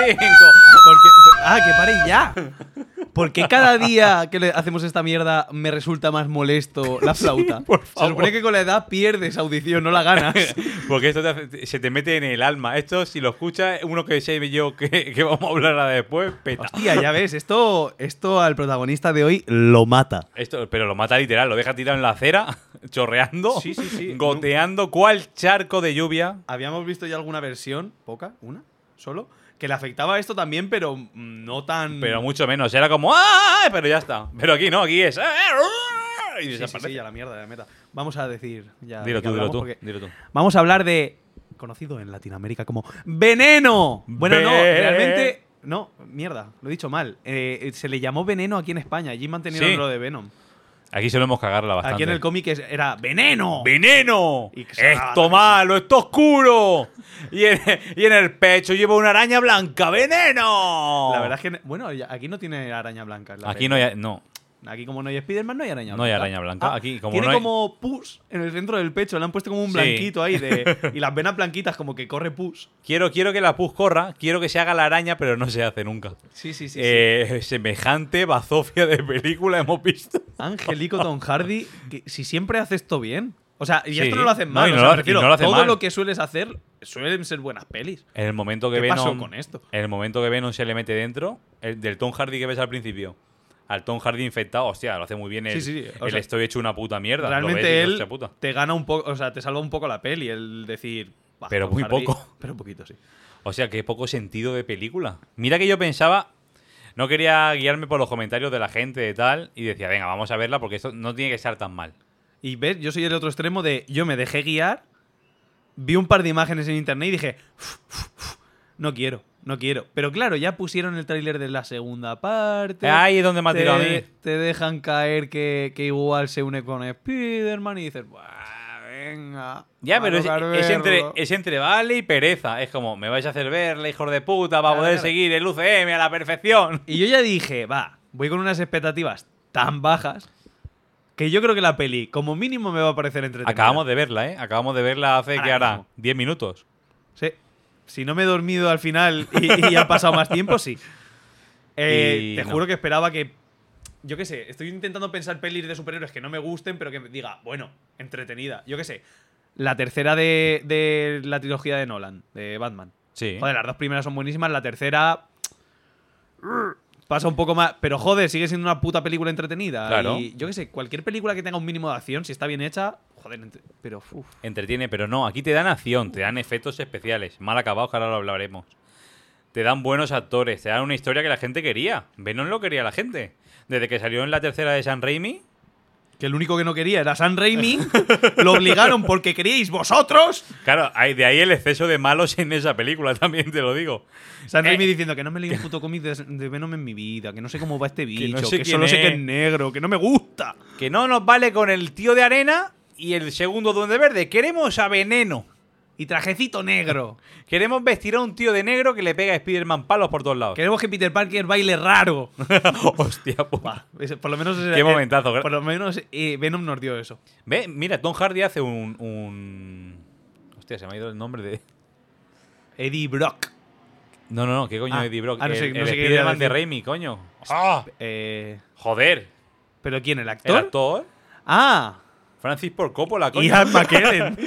Que paren ya. ¿Por qué cada día que hacemos esta mierda me resulta más molesto la flauta? Por Se favor. supone que con la edad pierdes audición, no la ganas. Porque esto se te mete en el alma. Esto, si lo escuchas, uno que sé yo que vamos a hablar ahora después, peta. Hostia, ya ves, esto al protagonista de hoy lo mata. Esto, pero lo mata literal, lo deja tirado en la acera, chorreando, Sí. goteando, cual charco de lluvia. Habíamos visto ya alguna versión, poca, una, solo, que le afectaba a esto también, pero no tan… Pero mucho menos. Era como ¡ah! Pero ya está. Pero aquí no, aquí es y Sí, desaparece. ya la mierda, la meta. Vamos a decir ya… Dilo de qué tú, dilo hablamos, tú, porque dilo tú. Vamos a hablar de… Conocido en Latinoamérica como Veneno. Bueno, no, realmente… No, mierda, lo he dicho mal. Se le llamó Veneno aquí en España. Allí mantenieron Sí. lo de Venom. Aquí solemos cagarla bastante. Aquí en el cómic era ¡Veneno! ¡Veneno! Y que sonaba ¡Esto la malo! ¡Esto oscuro! Y en el pecho lleva una araña blanca. ¡Veneno! La verdad es que… Bueno, aquí no tiene araña blanca. en la Aquí peli. no. Aquí como no hay Spider-Man, no hay araña blanca. No hay araña blanca. Aquí, como tiene no hay- como pus en el centro del pecho. Le han puesto como un Sí. blanquito ahí. Y las venas blanquitas como que corre pus. Quiero que la pus corra. Quiero que se haga la araña, pero no se hace nunca. Sí. Semejante bazofia de película hemos visto. Angelico Tom Hardy, que si siempre hace esto bien. O sea, y Sí. esto no lo hacen No, mal. y o no sea, lo- me refiero, y no lo hacen todo mal. lo que sueles hacer suelen ser buenas pelis. En el momento que ¿Qué pasó Venom. con esto? En el momento que Venom se le mete dentro, del Tom Hardy que ves al principio, al Tom Hardy infectado, hostia, lo hace muy bien. Sí. O El sea, estoy hecho una puta mierda. Lo ves y Realmente dices, él hostia puta. te gana un poco, o sea, te salva un poco la peli el decir… "Bah, Pero Tom muy Hardy", poco. Pero un poquito, sí. O sea, qué poco sentido de película. Mira que yo pensaba, no quería guiarme por los comentarios de la gente y tal, y decía, venga, vamos a verla porque esto no tiene que estar tan mal. Y ves, yo soy el otro extremo de yo me dejé guiar, vi un par de imágenes en internet y dije, no quiero. Pero claro, ya pusieron el tráiler de la segunda parte. Ahí es donde me ha tirado a mí. Te dejan caer que igual se une con Spider-Man y dices, "Buah, venga. Ya, pero va a es verlo". entre vale y pereza. Es como, me vais a hacer verla, hijos de puta, para poder Claro. seguir el UCM a la perfección. Y yo ya dije, voy con unas expectativas tan bajas que yo creo que la peli, como mínimo, me va a parecer entretenida. Acabamos de verla, ¿eh? Acabamos de verla hace, Ahora ¿qué hará? mismo. 10 minutos. Sí. Si no me he dormido al final y ha pasado más tiempo, sí. Y Te no. juro que esperaba que… Yo qué sé, estoy intentando pensar pelis de superhéroes que no me gusten, pero que me diga, bueno, entretenida. Yo qué sé. La tercera de la trilogía de Nolan, de Batman. Sí. Joder, las dos primeras son buenísimas, la tercera… Pasa un poco más… Pero joder, sigue siendo una puta película entretenida. Claro. Y yo qué sé, cualquier película que tenga un mínimo de acción, si está bien hecha, joder, pero… uf. Entretiene, pero no, aquí te dan acción, te dan efectos especiales, mal acabados, que ahora lo hablaremos. Te dan buenos actores, te dan una historia que la gente quería. Venom lo quería la gente. Desde que salió en la tercera de Sam Raimi, Que el único que no quería era Sam Raimi. Lo obligaron porque queríais vosotros. claro, de ahí el exceso de malos en esa película, también te lo digo. Sam Raimi diciendo que no me leí un puto cómic de Venom en mi vida, que no sé cómo va este bicho, no que, sé quién solo sé es. que es negro, que no me gusta. Que no nos vale con el tío de arena y el segundo Duende Verde. Queremos a Veneno. Y trajecito negro. Queremos vestir a un tío de negro que le pega a Spider-Man palos por todos lados. Queremos que Peter Parker baile raro. Hostia puta. Por lo menos… Qué momentazo. Por lo menos Venom nos dio eso. Ve, mira, Tom Hardy hace un… Hostia, se me ha ido el nombre de… Eddie Brock. No, ¿qué coño Ah, Eddie Brock? no sé el qué quería Spider-Man de decir. Raimi, coño. ¡Ah! Joder, ¿Pero quién? ¿El el actor? actor Ah. Francis Ford Coppola, coño. Ian McKellen.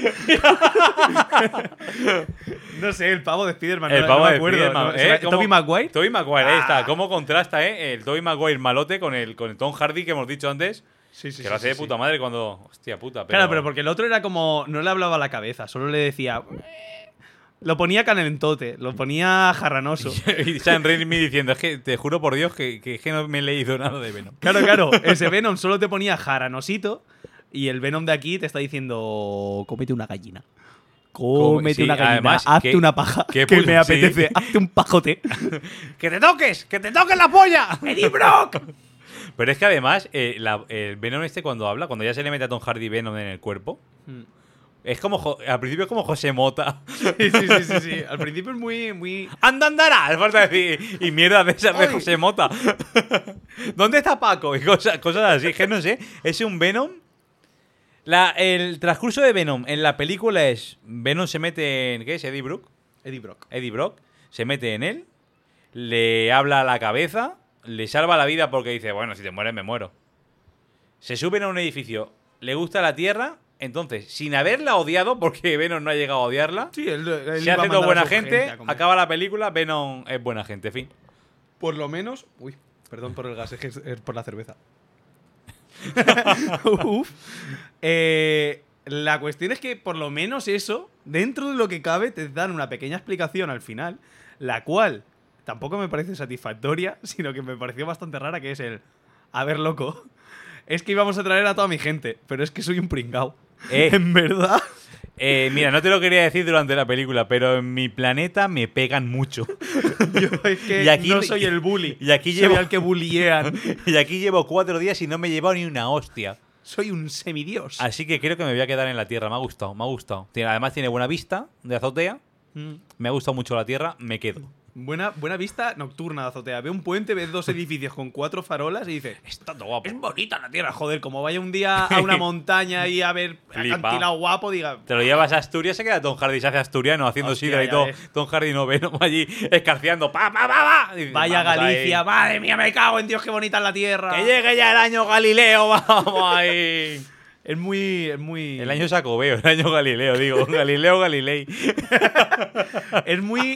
No sé, el pavo de Spider-Man. El no, pavo no me de acuerdo. Spider-Man, ¿no? ¿Será ¿Cómo- ¿Tobey Maguire? Tobey Maguire, ahí Ah. está. ¿Cómo contrasta, el Tobey Maguire malote con el Tom Hardy que hemos dicho antes? Sí, Que lo hace de puta madre cuando… Hostia puta, pero… Claro, pero porque el otro era como… No le hablaba a la cabeza, solo le decía… Lo ponía calentote, lo ponía jarranoso. Y Sam Raimi diciendo, es que te juro por Dios que es que no me he leído nada de Venom. Claro, ese Venom solo te ponía jaranosito y el Venom de aquí te está diciendo… Cómete una gallina. Cómete Sí, una gallina. además, hazte que- una paja. que Que pues, me apetece. sí. Hazte un pajote. ¡Que te toques! ¡Que te toques la polla! ¡Eddie Brock! Pero es que además, el Venom cuando habla, cuando ya se le mete a Tom Hardy Venom en el cuerpo, es como… Al principio es como José Mota. Sí. Al principio es muy… ¡Anda, andará! Es falta decir. Y mierda de esas de Ay. José Mota. ¿Dónde está Paco? Y cosas así. Es que no sé. Es un Venom. El transcurso de Venom en la película es… Venom se mete en… ¿Qué es? Eddie Brock. Eddie Brock. Eddie Brock se mete en él le habla a la cabeza, le salva la vida porque dice, bueno, si te mueres me muero. Se suben a un edificio, le gusta la Tierra, entonces, sin haberla odiado, porque Venom no ha llegado a odiarla, Sí, él se iba a hace mandar a buena su gente, a comer. acaba la película, Venom es buena gente, fin. Por lo menos. Uy, perdón por el gas, es que es por la cerveza. Uf. La cuestión es que, por lo menos eso, dentro de lo que cabe, te dan una pequeña explicación al final, la cual tampoco me parece satisfactoria, sino que me pareció bastante rara, que es el. A ver, loco. Es que íbamos a traer a toda mi gente, pero es que soy un pringao. En verdad. Mira, no te lo quería decir durante la película, pero en mi planeta me pegan mucho. Yo es que Y aquí- no soy el bully. y aquí soy llevo- al que bulliean. Y aquí llevo 4 días y no me he llevado ni una hostia. Soy un semidios. Así que creo que me voy a quedar en la Tierra. Me ha gustado, me ha gustado. Además tiene buena vista de azotea. Mm. Me ha gustado mucho la Tierra, me quedo. Buena vista nocturna de azotea. Ve un puente, ves 2 edificios con 4 farolas y dices: Está todo guapo. es bonita la tierra, joder. Como vaya un día a una montaña y a ver Flipa. acantilado guapo, diga. Te lo llevas a Asturias, se queda Tom Hardy, se hace asturiano haciendo Hostia, sidra y ya todo. ves. Tom Hardy no Venom allí escarciando. ¡Pa, pa, pa, pa! Y dices, Vaya vamos Galicia, ahí. madre mía, me cago en Dios, qué bonita es la tierra. ¡Que llegue ya el año Galileo! ¡Vamos ahí! Es muy. El año Jacobeo, el año Galileo, digo. Galileo Galilei. Es muy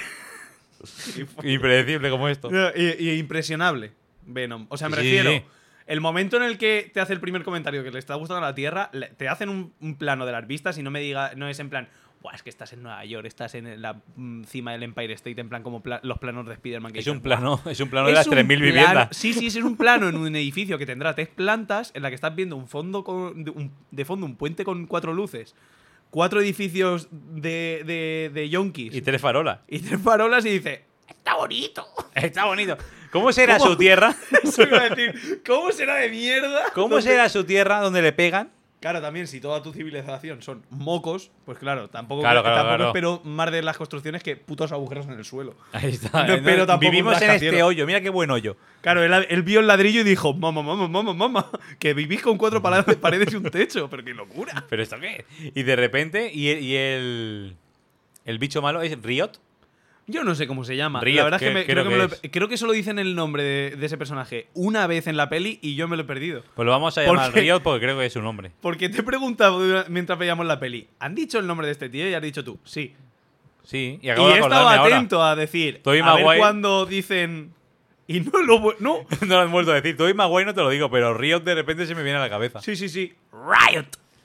Impredecible como esto. No, y impresionable, Venom. O sea, me Sí, refiero. sí. El momento en el que te hace el primer comentario que le está gustando la Tierra, te hacen un plano de las vistas y no me diga, no es en plan, buah, es que estás en Nueva York, estás en la cima del Empire State, en plan como los planos de Spider-Man. Que Es dices, un plano de "Buah". las Es un 3.000 plano- viviendas. Sí, sí, es un plano en un edificio que tendrá 3 plantas, en la que estás viendo un fondo de fondo un puente con 4 luces, 4 edificios de yonkis Y 3 farolas. y 3 farolas y dices, está bonito. Está bonito. ¿Cómo será ¿Cómo? su tierra? Eso iba a decir, ¿cómo será de mierda? ¿Cómo ¿Dónde- será su tierra donde le pegan? Claro, también, si toda tu civilización son mocos, pues claro, tampoco, Claro, tampoco claro. espero más de las construcciones que putos agujeros en el suelo. Ahí está. No espero tampoco Vivimos un en este rascacielos. hoyo. Mira qué buen hoyo. Claro, él vio el ladrillo y dijo, mamá, que vivís con 4 paredes y un techo, pero qué locura. ¿Pero esto qué? Y de repente, y el bicho malo es Riot. Yo no sé cómo se llama. Riot, La verdad es que, creo creo que solo dicen el nombre de ese personaje una vez en la peli y yo me lo he perdido. Pues lo vamos a ¿Por llamar qué? Riot porque creo que es su nombre. Porque te he preguntado mientras veíamos la peli, ¿han dicho el nombre de este tío? Y has dicho tú, sí. Sí, y Y acabo de he estado acordarme ahora. atento a decir, Tobey a ver Maguire. cuando dicen... Y no lo... No. No lo han vuelto a decir. Tobey Maguire no te lo digo, pero Riot de repente se me viene a la cabeza. Sí. Riot.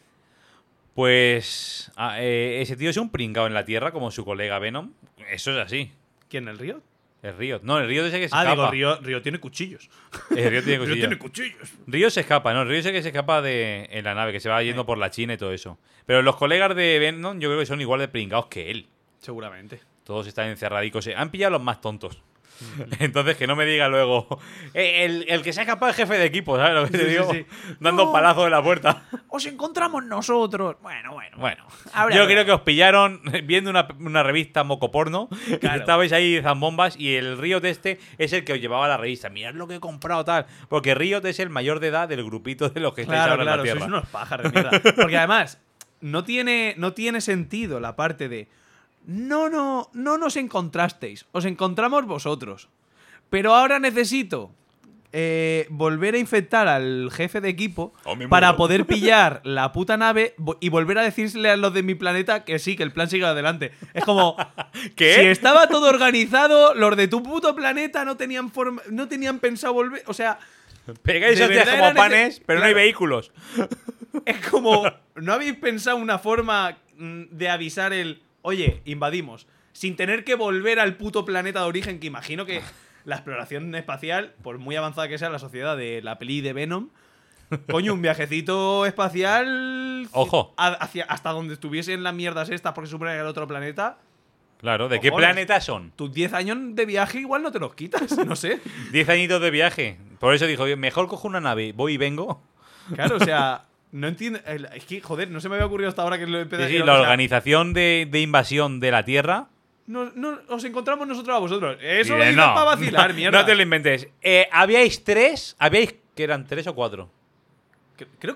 Pues ese tío es un pringao en la Tierra como su colega Venom. Eso es así. ¿Quién, el Riot? Es Riot. No, el Riot es el que se Digo, escapa. Riot tiene cuchillos. El Riot tiene Riot cosillas. tiene cuchillos. Río se escapa, ¿no? Río es el que se escapa en la nave, que se va yendo por la China y todo eso. Pero los colegas de Venom yo creo que son igual de pringados que él. Seguramente. Todos están encerradicos. Han pillado a los más tontos. Entonces, que no me diga luego. El que se ha escapado es jefe de equipo, ¿sabes lo que te Sí, digo? sí. Dando No. palazos en la puerta. Os encontramos nosotros. Bueno. Bueno, Habrá yo que creo ver. que os pillaron viendo una revista mocoporno. Claro. Estabais ahí zambombas y el Riot este es el que os llevaba la revista. Mirad lo que he comprado, tal. Porque Riot es el mayor de edad del grupito de los que estáis Claro, ahora en claro, la Tierra. sois unos pájaros de mierda. Porque además, no tiene sentido la parte de no nos encontrasteis, os encontramos vosotros. Pero ahora necesito volver a infectar al jefe de equipo Oh, me para muero. poder pillar la puta nave y volver a decirle a los de mi planeta que sí, que el plan sigue adelante. Es como, ¿Qué? si estaba todo organizado, los de tu puto planeta no tenían pensado volver. O sea, Pegáis de hostias verdad como era panes, pero no hay claro. vehículos. es como, ¿no habéis pensado una forma de avisar oye, invadimos, sin tener que volver al puto planeta de origen, que imagino que la exploración espacial, por muy avanzada que sea la sociedad de la peli de Venom, coño, un viajecito espacial Ojo. hasta donde estuviesen las mierdas estas, porque supone que era otro planeta, Claro, ¿de qué Cojones. planeta son? tus 10 años de viaje igual no te los quitas, no sé. 10 añitos de viaje. Por eso dijo, mejor cojo una nave, voy y vengo. Claro, o sea, no entiendo. Es que, joder, no se me había ocurrido hasta ahora que lo he Sí, empezado sí, o la sea, organización de invasión de la Tierra. no, os encontramos nosotros a vosotros. Eso lo Dice, dices para vacilar, no, mierda. no te lo inventes. ¿Habíais 3? ¿Habíais que eran 3 o 4? Creo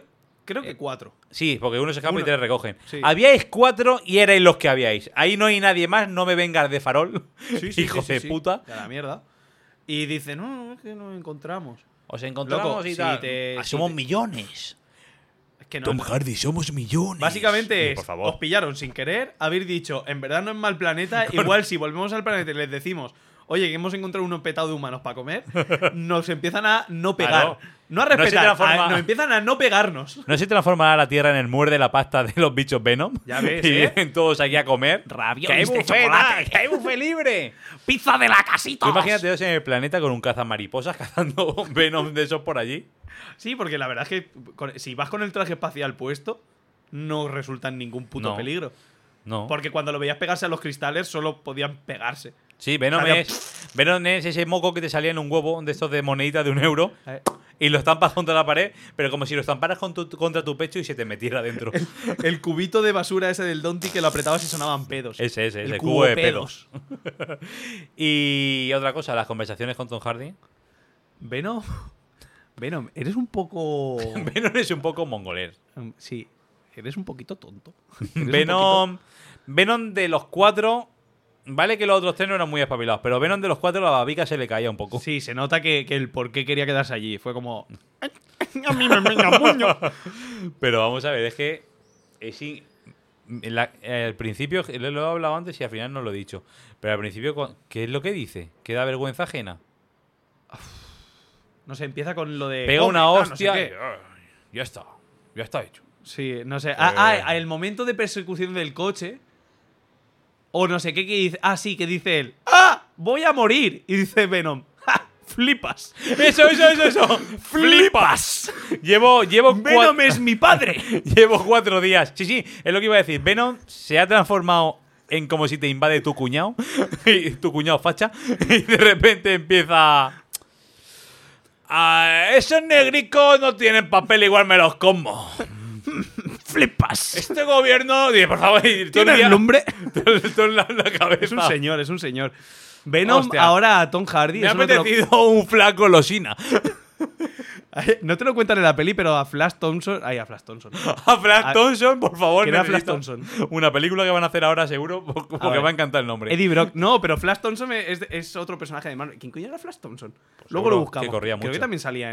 Creo que 4. Sí, porque uno se escapa y Uno. 3 recogen. Sí. Habíais 4 y erais los que habíais. Ahí no hay nadie más, no me vengas de farol. Hijo de puta. De la mierda. Y dice, no, es que nos encontramos. Os encontramos Loco, y si tal. te- Ah, si somos te- millones. Es que no. Tom Hardy, somos millones. Básicamente Por es, favor. os pillaron sin querer, habéis dicho, en verdad no es mal planeta, igual si volvemos al planeta y les decimos, oye, que hemos encontrado un petado de humanos para comer, nos empiezan a no pegar. Claro. No a No se respetar, transforma- nos empiezan a no pegarnos. ¿No se transformará la Tierra en el muerde la pasta de los bichos Venom? Ya ves, Y ¿eh? vienen todos aquí a comer. Raviolis ¡Que hay de buffet, chocolate! ¡Que hay buffet libre! ¡Pizza de la casita! Tú imagínate en el planeta con un cazamariposas cazando Venom de esos por allí. Sí, porque la verdad es que si vas con el traje espacial puesto, no resulta en ningún puto No. peligro. No. Porque cuando lo veías pegarse a los cristales, solo podían pegarse. Sí, Venom Salía- es ese moco que te salía en un huevo de estos de moneditas de €1 Eh, y lo estampas contra la pared, pero como si lo estamparas contra tu pecho y se te metiera dentro. El cubito de basura ese del Donti que lo apretabas y sonaban pedos. Ese, el cubo de pedos. Y otra cosa, las conversaciones con Tom Hardy. Venom, eres un poco. Venom es un poco mongoler. Sí, eres un poquito tonto. Eres un Venom de los 4. Vale que los otros 3 no eran muy espabilados, pero Venom de los 4 la babica se le caía un poco. poquito- Sí, se nota que el por qué quería quedarse allí. Fue como. A mí me venga muño. Pero vamos a ver, es que. Al principio, lo he hablado antes y al final no lo he dicho. Pero al principio, ¿qué es lo que dice? ¿Que da vergüenza ajena? No sé, empieza con lo de. Pega come, una no sé hostia. qué. Ya está hecho. Sí, no sé. Eh. El momento de persecución del coche. O no sé qué que dice. Ah, sí, que dice él. ¡Ah! Voy a morir. Y dice Venom. ¡Ja! ¡Flipas! ¡Eso! ¡Flipas! Llevo ¡Venom es mi padre! Llevo 4 días. Sí, es lo que iba a decir. Venom se ha transformado en como si te invade tu cuñado. Y tu cuñado facha. Y de repente empieza. Esos negricos no tienen papel, igual me los como. ¡Flipas! Este gobierno. Dice, por favor, todo el ¿Tiene día- el nombre? todo en la cabeza. Es un señor, es un señor. Venom Hostia. ahora a Tom Hardy. Me ha eso no te lo- apetecido un flaco losina. No te lo cuentan en la peli, pero a Flash Thompson. Ay, a Flash Thompson. A Flash Thompson, por favor. ¿Quién era Flash necesito Thompson? Una película que van a hacer ahora, seguro, porque ver. va a encantar el nombre. Eddie Brock. No, pero Flash Thompson es otro personaje de Marvel. ¿Quién coño era Flash Thompson? Luego seguro lo buscamos. que corría Creo mucho. que también salía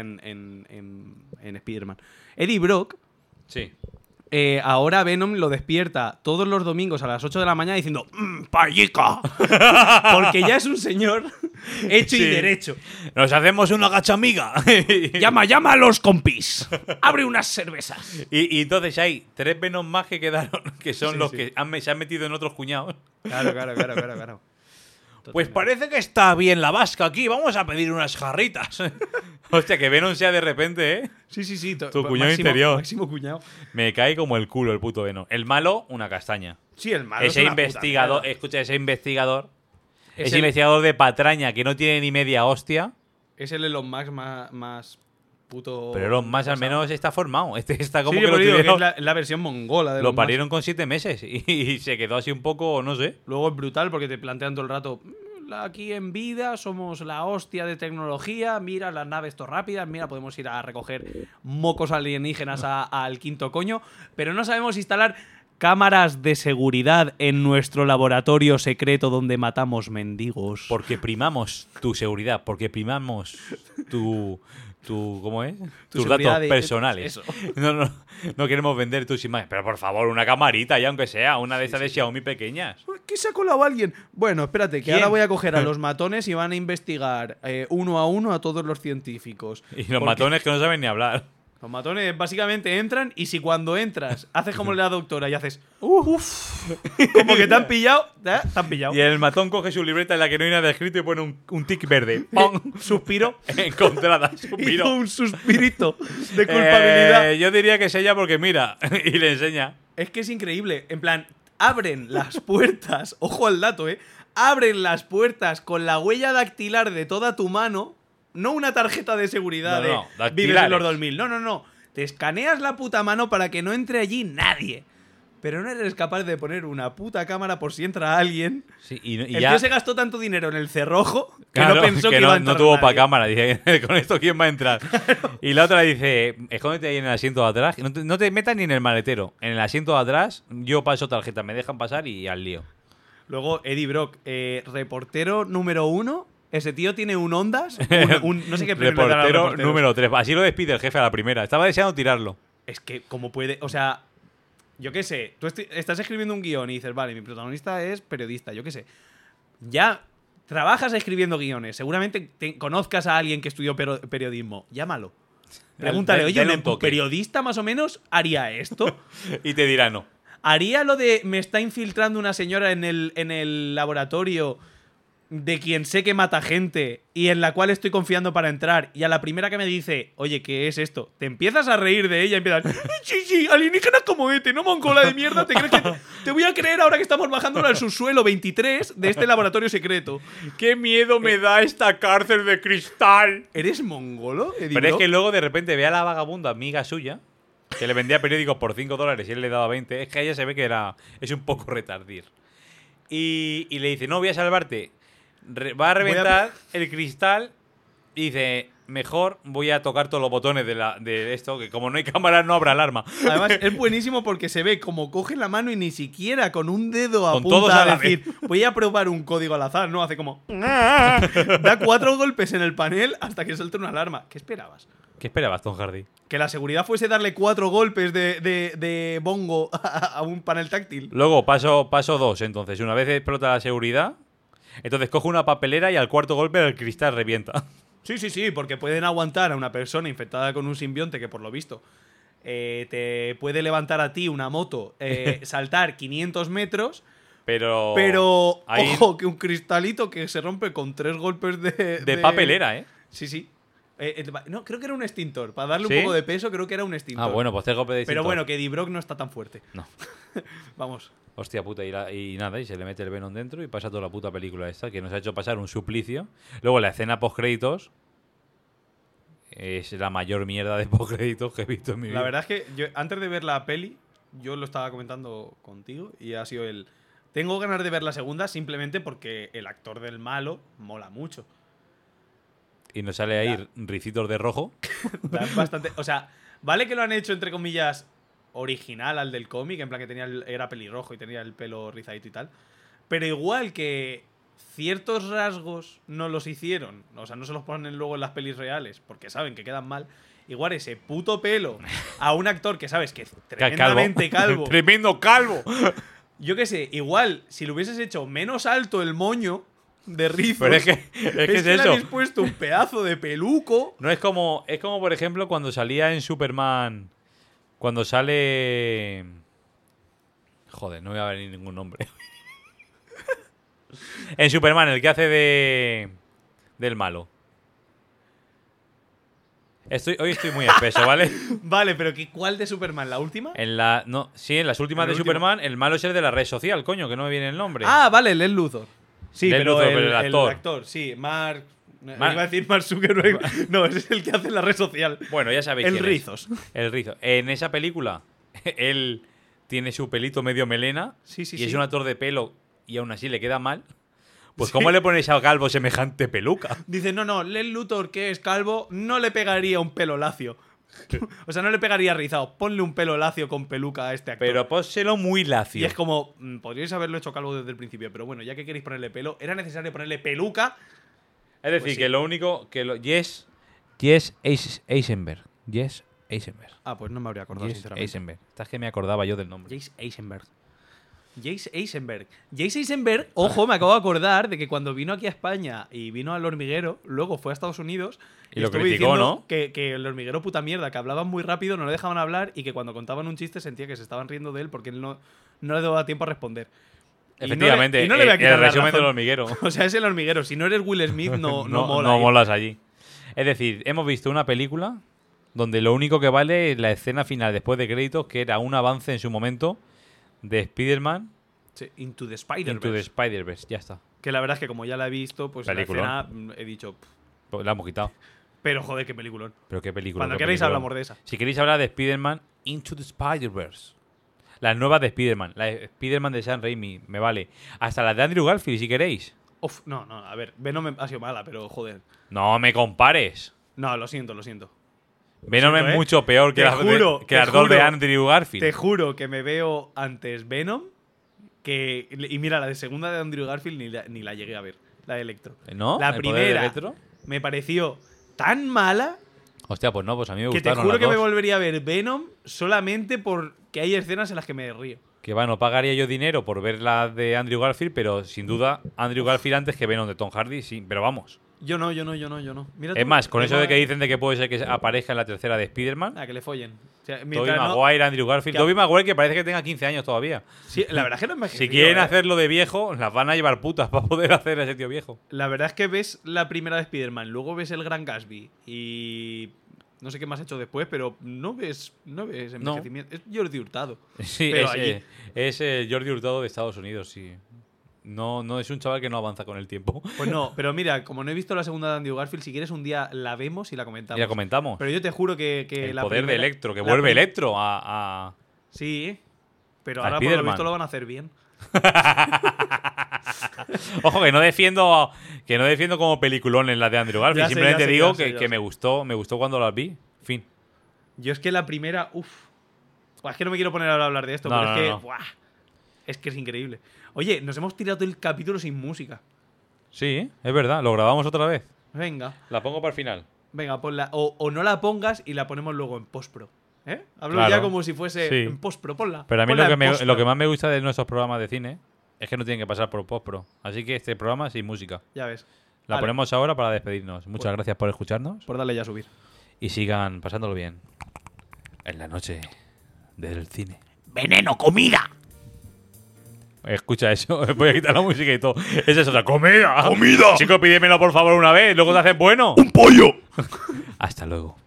en Spider-Man. Eddie Brock. Sí. Ahora Venom lo despierta todos los domingos a las 8 de la mañana diciendo ¡Payica! Porque ya es un señor hecho y Sí. derecho. Nos hacemos una gachamiga. Llama a los compis. Abre unas cervezas. y entonces hay 3 Venom más que quedaron, que son Sí, los sí. que se han metido en otros cuñados. Claro. Pues parece que está bien la vasca aquí. Vamos a pedir unas jarritas. Hostia, que Venom sea de repente, ¿eh? Sí. Tu cuñado interior. Máximo cuñado. Me cae como el culo el puto Venom. El malo, una castaña. Sí, el malo Ese es una puta investigador, mierda. escucha, ese investigador. Es Ese el- investigador de patraña que no tiene ni media hostia. Es el Elon Musk más puto. Pero Elon Musk al menos está formado. Este está como Sí, que pero lo digo que tuvieron- es la versión mongola de lo Elon Musk. parieron con 7 meses y se quedó así un poco, no sé. Luego es brutal porque te plantean todo el rato. Aquí en vida somos la hostia de tecnología. Mira las naves todo rápidas. Mira, podemos ir a recoger mocos alienígenas al quinto coño. Pero no sabemos instalar cámaras de seguridad en nuestro laboratorio secreto donde matamos mendigos. Porque primamos tu seguridad, porque primamos tu ¿cómo es? Tu Tus seguridad datos de- personales. eso. No queremos vender tus imágenes. Pero por favor, una camarita ya, aunque sea, una de esas de Xiaomi pequeñas. ¿Qué se ha colado alguien? Bueno, espérate, que ¿Quién? ahora voy a coger a los matones y van a investigar uno a uno a todos los científicos. Y los Porque matones que no saben ni hablar. Los matones básicamente entran y si cuando entras haces como la doctora y haces uff, como que te han pillado, te han pillado. Y el matón coge su libreta en la que no hay nada escrito y pone un tic verde. ¡Pum! Suspiro. Encontrada. Hizo Suspiro. un suspirito de culpabilidad. Yo diría que es ella porque mira y le enseña. Es que es increíble. En plan, abren las puertas, ojo al dato, abren las puertas con la huella dactilar de toda tu mano. No una tarjeta de seguridad No, no, de vives en los dactilares. 2000. No. Te escaneas la puta mano para que no entre allí nadie. pero no eres capaz de poner una puta cámara por si entra alguien. Sí, y El tío se gastó tanto dinero en el cerrojo que claro, no pensó que iba a entrar no tuvo nadie. para cámara. Dice, con esto, ¿quién va a entrar? Y la otra dice, escóndete ahí en el asiento de atrás. No te metas ni en el maletero. En el asiento de atrás, yo paso tarjeta, me dejan pasar y al lío. Luego, Eddie Brock, reportero número 1. Ese tío tiene un Ondas. No sé qué premio le dan a los Reportero reporteros. número 3. Así lo despide el jefe a la primera. Estaba deseando tirarlo. Es que, ¿cómo puede? O sea, yo qué sé. Tú estás escribiendo un guión y dices, vale, mi protagonista es periodista, yo qué sé. Ya trabajas escribiendo guiones. Seguramente conozcas a alguien que estudió periodismo. Llámalo. Pregúntale, oye, Dale un ¿un toque. periodista más o menos haría esto? Y te dirá no. ¿Haría lo de me está infiltrando una señora en el laboratorio de quien sé que mata gente y en la cual estoy confiando para entrar, y a la primera que me dice, oye, ¿qué es esto? Te empiezas a reír de ella y empiezas, sí, alienígenas como no mongola de mierda, ¿te crees que te voy a creer ahora que estamos bajándolo al subsuelo 23 de este laboratorio secreto? ¡Qué miedo me da esta cárcel de cristal! ¿Eres mongolo, Eddie Pero es Brock? que luego de repente ve a la vagabunda amiga suya que le vendía periódicos por $5 y él le daba 20. Es que a ella se ve que es un poco retardir. Y le dice, no, voy a salvarte. Va a reventar el cristal y dice, mejor voy a tocar todos los botones de esto, que como no hay cámara no habrá alarma. Además, es buenísimo porque se ve como coge la mano y ni siquiera con un dedo Con todos apunta a a la decir, voy a probar un código al azar, ¿no? Hace como... Da 4 golpes en el panel hasta que suelta una alarma. ¿Qué esperabas? ¿Qué esperabas, Tom Hardy? Que la seguridad fuese darle 4 golpes de bongo a un panel táctil. Luego, paso 2, entonces. Una vez explota la seguridad, entonces coge una papelera y al cuarto golpe el cristal revienta. Sí, porque pueden aguantar a una persona infectada con un simbionte que por lo visto te puede levantar a ti una moto, saltar 500 metros, pero ahí- ojo, que un cristalito que se rompe con 3 golpes de papelera, ¿eh? Sí. No, creo que era un extintor. Para darle ¿Sí? un poco de peso, creo que era un extintor. Ah, bueno, pues 3 golpes de Pero extintor. bueno, que Eddie Brock no está tan fuerte. No. Vamos. Hostia puta, y nada, y se le mete el Venom dentro y pasa toda la puta película esta, que nos ha hecho pasar un suplicio. Luego la escena post-créditos es la mayor mierda de post-créditos que he visto en mi vida. La verdad es que yo, antes de ver la peli, yo lo estaba comentando contigo y ha sido el... Tengo ganas de ver la segunda simplemente porque el actor del malo mola mucho. Y nos sale ahí ricitos de rojo. Dan bastante... O sea, vale que lo han hecho, entre comillas, original al del cómic, en plan que era pelirrojo y tenía el pelo rizadito y tal. Pero igual que ciertos rasgos no los hicieron, o sea, no se los ponen luego en las pelis reales porque saben que quedan mal. Igual ese puto pelo a un actor que sabes que es tremendamente calvo. ¡Tremendo calvo! Yo qué sé, igual si lo hubieses hecho menos alto el moño de rizos. Pero es que es es le eso. habéis puesto un pedazo de peluco. No es como, por ejemplo, cuando salía en Superman. Cuando sale. Joder, no me va a venir ningún nombre. En Superman, el que hace del malo. Hoy estoy muy espeso, ¿vale? Vale, pero ¿cuál de Superman? ¿La última? En las últimas En de el último. Superman, el malo es el de la red social, coño, que no me viene el nombre. Ah, vale, Lex Luthor. Sí, Lex pero, Luthor, el, pero el actor. el actor, sí, Mark... Mar- Iba a decir Mark Zuckerberg. No, ese es el que hace la red social. Bueno, ya sabéis El quién es. Rizos. El rizo. En esa película, él tiene su pelito medio melena Sí, y es un actor de pelo y aún así le queda mal. Pues Sí. ¿cómo le pones a calvo semejante peluca? Dice, no, Lex Luthor, que es calvo, no le pegaría un pelo lacio. O sea, no le pegaría rizado. Ponle un pelo lacio con peluca a este actor. Pero pónselo muy lacio. Y es como, podríais haberlo hecho calvo desde el principio, pero bueno, ya que queréis ponerle pelo, era necesario ponerle peluca. Es decir, Pues sí. que lo único que Eisenberg. Jess Eisenberg. Ah, pues no me habría acordado, Jess sinceramente. Eisenberg. Estás que me acordaba yo del nombre. Jace Eisenberg. Jace Eisenberg, ojo, me acabo de acordar de que cuando vino aquí a España y vino al hormiguero, luego fue a Estados Unidos Y lo estuvo criticó, diciendo ¿no? que el hormiguero puta mierda, que hablaban muy rápido, no le dejaban hablar y que cuando contaban un chiste sentía que se estaban riendo de él porque él no le daba tiempo a responder. Y Efectivamente, y no le voy a quitar el la resumen razón. del hormiguero. O sea, es el hormiguero. Si no eres Will Smith, no mola. No ¿eh? molas allí. Es decir, hemos visto una película donde lo único que vale es la escena final después de créditos, que era un avance en su momento de Spider-Man Sí, Into the Into the Spider-Verse. Spider-Verse. Ya está. Que la verdad es que como ya la he visto, pues Peliculón. la escena he dicho... Pues la hemos quitado. Pero joder, qué peliculón. Pero qué película. Cuando qué queráis peliculón. hablamos de esa. Si queréis hablar de Spider-Man Into the Spider-Verse. Las nuevas de Spider-Man. La de Spider-Man de Sam Raimi, me vale. Hasta las de Andrew Garfield, si queréis. Uf, no, a ver, Venom ha sido mala, pero joder. No me compares. No, lo siento. Venom siento, es mucho peor que Te las juro, que las dos de Andrew Garfield. Te juro que me veo antes Venom que... Y mira, la de segunda de Andrew Garfield ni la llegué a ver, la de Electro. ¿No? La ¿El poder de primera Electro? me pareció tan mala Hostia, pues no, pues a mí me que te gustaron juro las que me dos. volvería a ver Venom solamente porque hay escenas en las que me río. Que va, no pagaría yo dinero por ver las de Andrew Garfield, pero sin duda Andrew Garfield antes que Venom de Tom Hardy, sí. Pero vamos. Yo no. Mira Es tú, más, con eso de Emma- que dicen de que puede ser que aparezca en la tercera de Spider-Man, Ah, que le follen. O sea, Tobey mientras no- Maguire, Andrew Garfield. que- Tobey Maguire que parece que tenga 15 años todavía. Sí, la verdad es que no me Si quieren hacerlo de viejo, las van a llevar putas para poder hacer a ese tío viejo. La verdad es que ves la primera de Spider-Man, luego ves el Gran Gatsby y no sé qué más ha hecho después, pero no ves envejecimiento. Es Jordi Hurtado. Sí, Pero es el Jordi Hurtado de Estados Unidos, sí. No es un chaval que no avanza con el tiempo. Pues no, pero mira, como no he visto la segunda de Andrew Garfield, si quieres un día la vemos y la comentamos. Y la comentamos. Pero yo te juro que El la poder de primera- Electro, que la vuelve prim- Electro a... Sí, pero A ahora por lo Spiderman. visto lo van a hacer bien. Ojo, que no defiendo como peliculones las de Andrew Garfield. Ya sé, Simplemente ya sé, digo ya sé, ya que sé. me gustó cuando las vi. Fin. Yo es que la primera, Buah, es que no me quiero poner ahora a hablar de esto, No, pero no, es que, no. buah, es que es increíble. Oye, nos hemos tirado todo el capítulo sin música. Sí, es verdad. Lo grabamos otra vez. Venga, La pongo para el final. ponla. O no la pongas y la ponemos luego en postpro. ¿Eh? Hablo Claro. ya como si fuese Sí. en postpro, ponla. Pero a mí Ponla lo que, en lo postpro. que más me gusta de nuestros programas de cine es que no tienen que pasar por postpro. Así que este programa sin música. Ya ves. La Vale, ponemos ahora para despedirnos. Muchas gracias por escucharnos por darle ya a subir. y sigan pasándolo bien en la noche del cine. ¡Veneno, comida! Escucha eso, voy a quitar la música y todo. Esa es otra. ¡Comida! ¡Comida! Chico, pídemelo por favor una vez, luego te haces bueno. ¡Un pollo! Hasta luego.